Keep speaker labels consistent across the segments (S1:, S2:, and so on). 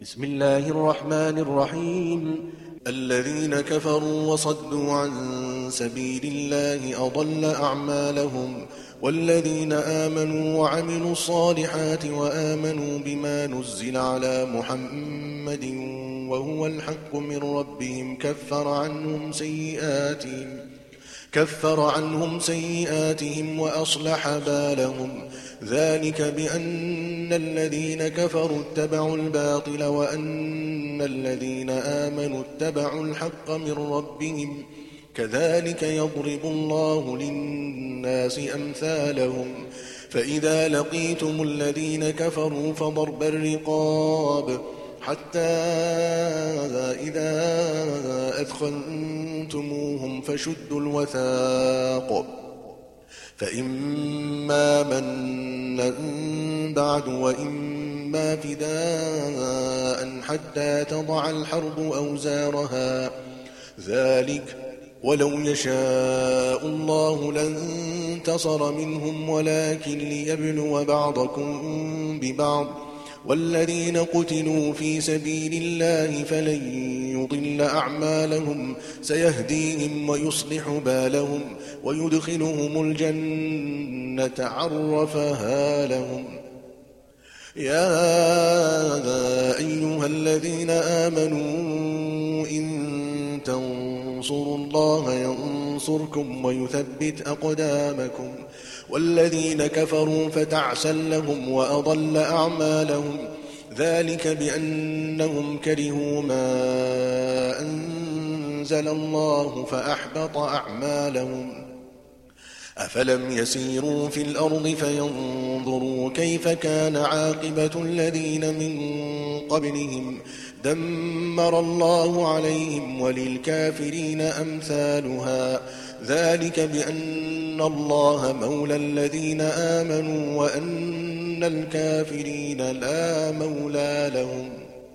S1: بسم الله الرحمن الرحيم. الذين كفروا وصدوا عن سبيل الله أضل أعمالهم، والذين آمنوا وعملوا الصالحات وآمنوا بما نزل على محمد وهو الحق من ربهم كفر عنهم سيئاتهم وأصلح بالهم. ذلك بأن الذين كفروا اتبعوا الباطل وأن الذين آمنوا اتبعوا الحق من ربهم. كذلك يضرب الله للناس أمثالهم. فإذا لقيتم الذين كفروا فضرب الرقاب حتى إذا أثخنتموهم فشدوا الوثاق، فإما منا بعد وإما فداء حتى تضع الحرب أوزارها. ذلك ولو يشاء الله لانتصر منهم ولكن ليبلو بعضكم ببعض. والذين قتلوا في سبيل الله فلن يضل أعمالهم، سيهديهم ويصلح بالهم ويدخلهم الجنة عرفها لهم. يا أيها الذين آمنوا إن تنصروا الله ينصركم ويثبت أقدامكم. والذين كفروا فتعسا لهم وأضل أعمالهم. ذلك بأنهم كرهوا ما أنزل الله فأحبط أعمالهم. أفلم يسيروا في الأرض فينظروا كيف كان عاقبة الذين من قبلهم. دمر الله عليهم وللكافرين أمثالها. ذلك بأن الله مولى الذين آمنوا وأن الكافرين لا مولى لهم.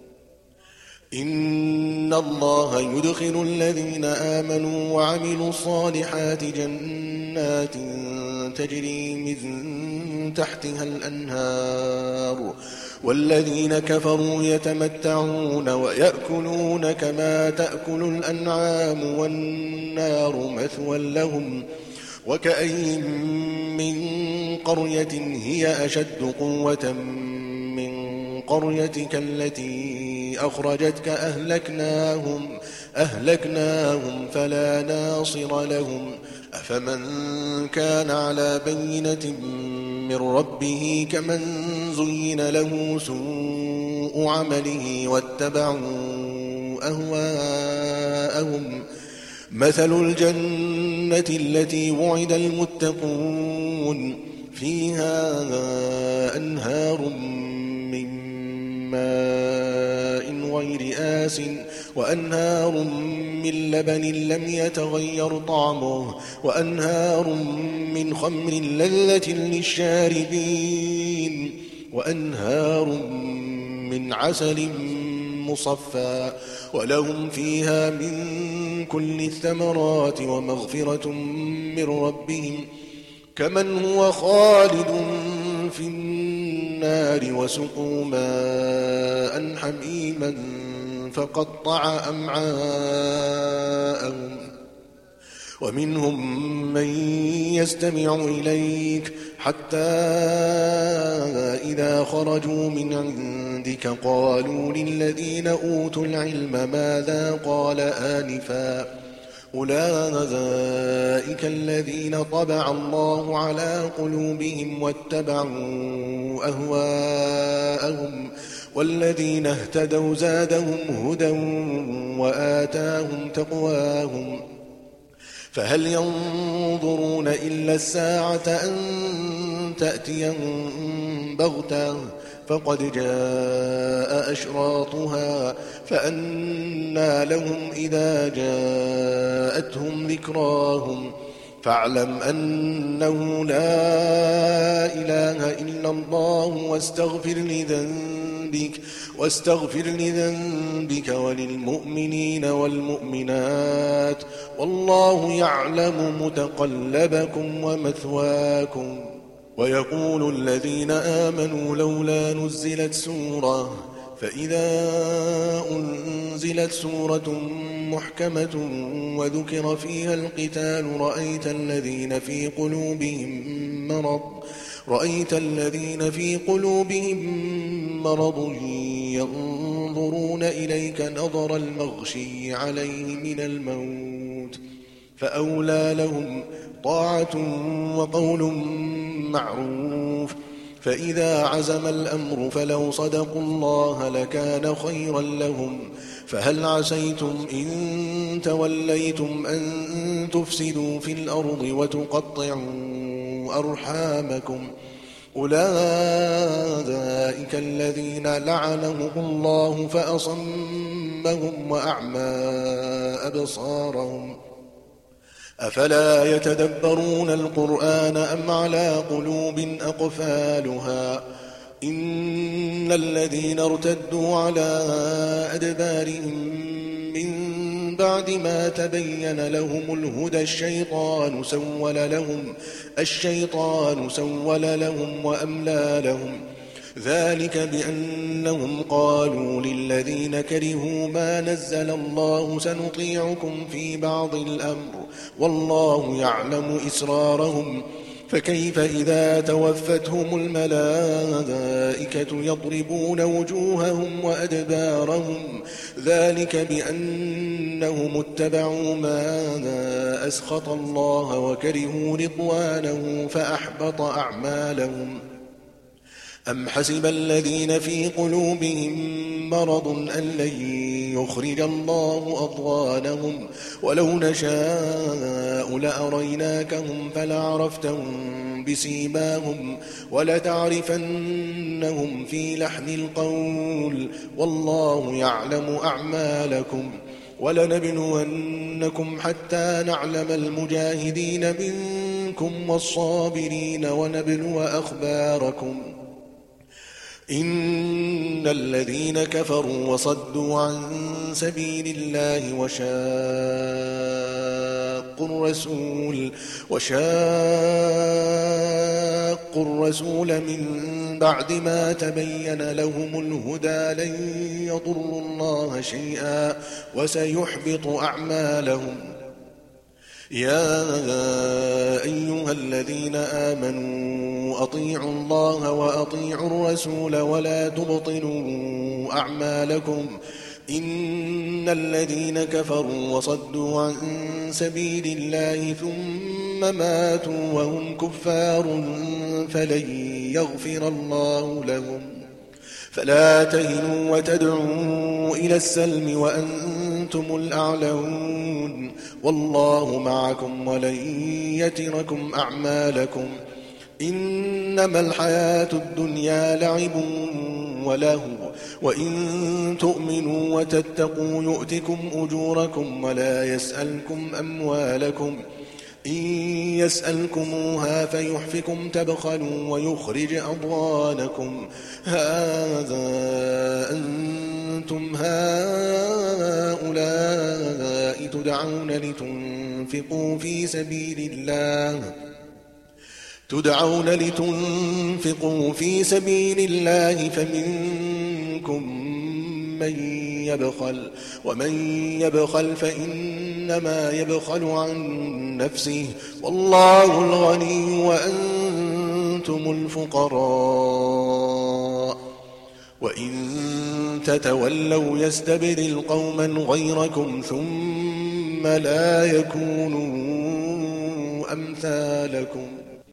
S1: إن الله يدخل الذين آمنوا وعملوا الصالحات جنات تجري من تحتها الأنهار، والذين كفروا يتمتعون ويأكلون كما تأكل الأنعام والنار مثوى لهم. وكأي من قرية هي أشد قوة من قريتك التي أخرجتك أهلكناهم فلا ناصر لهم. أفمن كان على بينة من ربه كمن زين له سوء عمله واتبعوا أهواءهم. مثل الجنة التي وعد المتقون فيها أنهار من ماء غير آسٍ وأنهار من لبن لم يتغير طعمه وأنهار من خمر لذة للشاربين وأنهار من عسل مصفى ولهم فيها من كل الثمرات ومغفرة من ربهم كمن هو خالد في النار وسقوا ماء حميما فقطع أمعاءهم. ومنهم من يستمع إليك حتى إذا خرجوا من عندك قالوا للذين أوتوا العلم ماذا قال آنفا أولئك الذين طبع الله على قلوبهم واتبعوا أهواءهم. والذين اهتدوا زادهم هدى وآتاهم تقواهم. فهل ينظرون إلا الساعة أن تأتيهم بغتة فقد جاء أشراطها فأنى لهم إذا جاءتهم ذكراهم. فاعلم أنه لا إله إلا الله واستغفر لذنبك وللمؤمنين والمؤمنات والله يعلم متقلبكم ومثواكم. ويقول الذين آمنوا لولا نزلت سورة فإذا أنزلت سورة محكمة وذكر فيها القتال رأيت الذين في قلوبهم مرض ينظرون إليك نظر المغشي عليه من الموت فأولى لهم طاعة وقول معروف. فإذا عزم الأمر فلو صدقوا الله لكان خيرا لهم. فهل عسيتم إن توليتم أن تفسدوا في الأرض وتقطعوا أرحامكم أولئك الذين لعنهم الله فأصمهم وأعمى أبصارهم أفلا يتدبرون القرآن أم على قلوب أقفالها إن الذين ارتدوا على أدبارهم من بعد ما تبين لهم الهدى الشيطان سول لهم وأملى لهم ذلك بأنهم قالوا للذين كرهوا ما نزل الله سنطيعكم في بعض الأمر والله يعلم إسرارهم فكيف إذا توفتهم الملائكة يضربون وجوههم وأدبارهم ذلك بأنهم اتبعوا ما أسخط الله وكرهوا رضوانه فأحبط أعمالهم. أم حسب الذين في قلوبهم مرض أن لن يخرج الله أضغانهم ولو نشاء لأريناكهم فلعرفتهم بسيماهم ولتعرفنهم في لحن القول والله يعلم أعمالكم ولنبلونكم حتى نعلم المجاهدين منكم والصابرين ونبلو أخباركم. إن الذين كفروا وصدوا عن سبيل الله وشاقوا الرسول من بعد ما تبين لهم الهدى لن يضروا الله شيئا وسيحبط أعمالهم. يا أيها الذين آمنوا أطيعوا الله وأطيعوا الرسول ولا تبطلوا أعمالكم إن الذين كفروا وصدوا عن سبيل الله ثم ماتوا وهم كفار فلن يغفر الله لهم. فلا تهنوا وتدعوا إلى السلم وأنتم الأعلون والله معكم ولن يتركم أعمالكم. إنما الحياة الدنيا لعب ولهو وإن تؤمنوا وتتقوا يؤتكم أجوركم ولا يسألكم أموالكم إن يسألكموها فيحفكم تبخلوا ويخرج أضغانكم هذا أنتم هؤلاء تدعون لتنفقوا في سبيل الله فمنكم من يبخل ومن يبخل فإنما يبخل عن نفسه والله الغني وأنتم الفقراء وإن تتولوا يستبدل قوما غيركم ثم لا يكونوا أمثالكم.